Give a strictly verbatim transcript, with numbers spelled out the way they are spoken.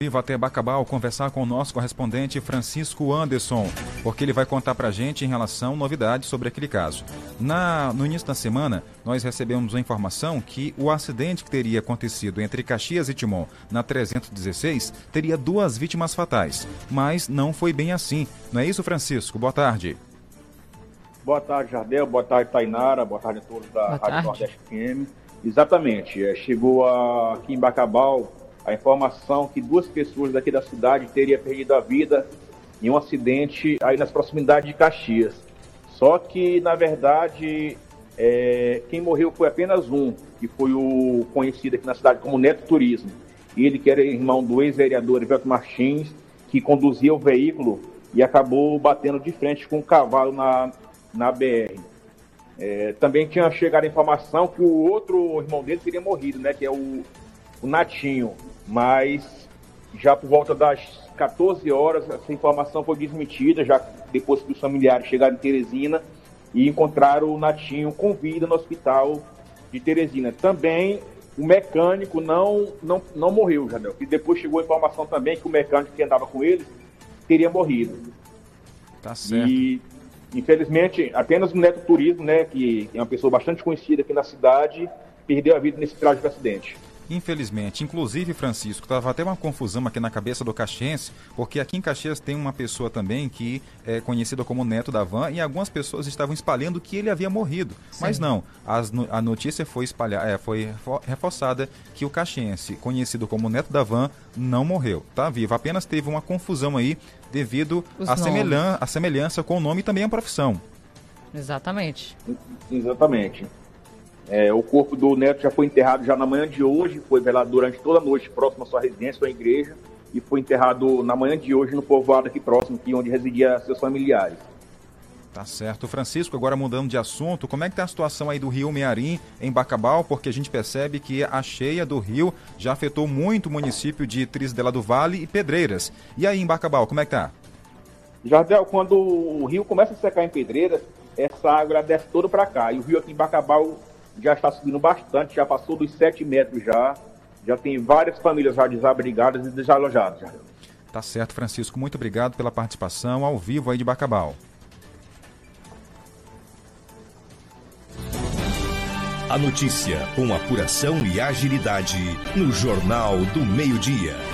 Vivo até Bacabal conversar com o nosso correspondente Francisco Anderson, porque ele vai contar pra gente em relação a novidades sobre aquele caso. Na, no início da semana, nós recebemos a informação que o acidente que teria acontecido entre Caxias e Timon na trezentos e dezesseis teria duas vítimas fatais, mas não foi bem assim. Não é isso, Francisco? Boa tarde. Boa tarde, Jardel. Boa tarde, Tainara. Boa tarde a todos da Rádio Nordeste F M. Exatamente. É, chegou a, aqui em Bacabal a informação que duas pessoas daqui da cidade teriam perdido a vida em um acidente aí nas proximidades de Caxias. Só que, na verdade, é, quem morreu foi apenas um, que foi o conhecido aqui na cidade como Neto Turismo. Ele que era irmão do ex-vereador Everton Martins, que conduzia o veículo e acabou batendo de frente com um cavalo na, na B R. É, também tinha chegado a informação que o outro irmão dele teria morrido, né, que é o, o Natinho. Mas já por volta das quatorze horas, essa informação foi desmentida, já depois que os familiares chegaram em Teresina e encontraram o Natinho com vida no hospital de Teresina. Também o mecânico não, não, não morreu, Jardel. E depois chegou a informação também que o mecânico que andava com eles teria morrido. Tá certo. E, infelizmente, apenas o Neto Turismo, né, que é uma pessoa bastante conhecida aqui na cidade, perdeu a vida nesse trágico acidente. Infelizmente, inclusive, Francisco, estava até uma confusão aqui na cabeça do caxiense, porque aqui em Caxias tem uma pessoa também que é conhecida como Neto da Van, e algumas pessoas estavam espalhando que ele havia morrido. Sim. Mas não, as, a notícia foi, espalhar, é, foi reforçada que o caxiense, conhecido como Neto da Van, não morreu, tá vivo. Apenas teve uma confusão aí devido à semelhan, à semelhança com o nome e também a profissão. Exatamente. Exatamente. É, o corpo do Neto já foi enterrado já na manhã de hoje, foi velado durante toda a noite próximo à sua residência, à igreja, e foi enterrado na manhã de hoje no povoado aqui próximo, aqui onde residia seus familiares. Tá certo. Francisco, agora mudando de assunto, como é que tá a situação aí do rio Mearim, em Bacabal? Porque a gente percebe que a cheia do rio já afetou muito o município de Trizidela do Vale e Pedreiras. E aí em Bacabal, como é que tá? Jardel, quando o rio começa a secar em Pedreiras, essa água desce toda para cá, e o rio aqui em Bacabal já está subindo bastante, já passou dos sete metros já, já tem várias famílias já desabrigadas e desalojadas. Já. Tá certo, Francisco, muito obrigado pela participação ao vivo aí de Bacabal. A notícia com apuração e agilidade no Jornal do Meio-Dia.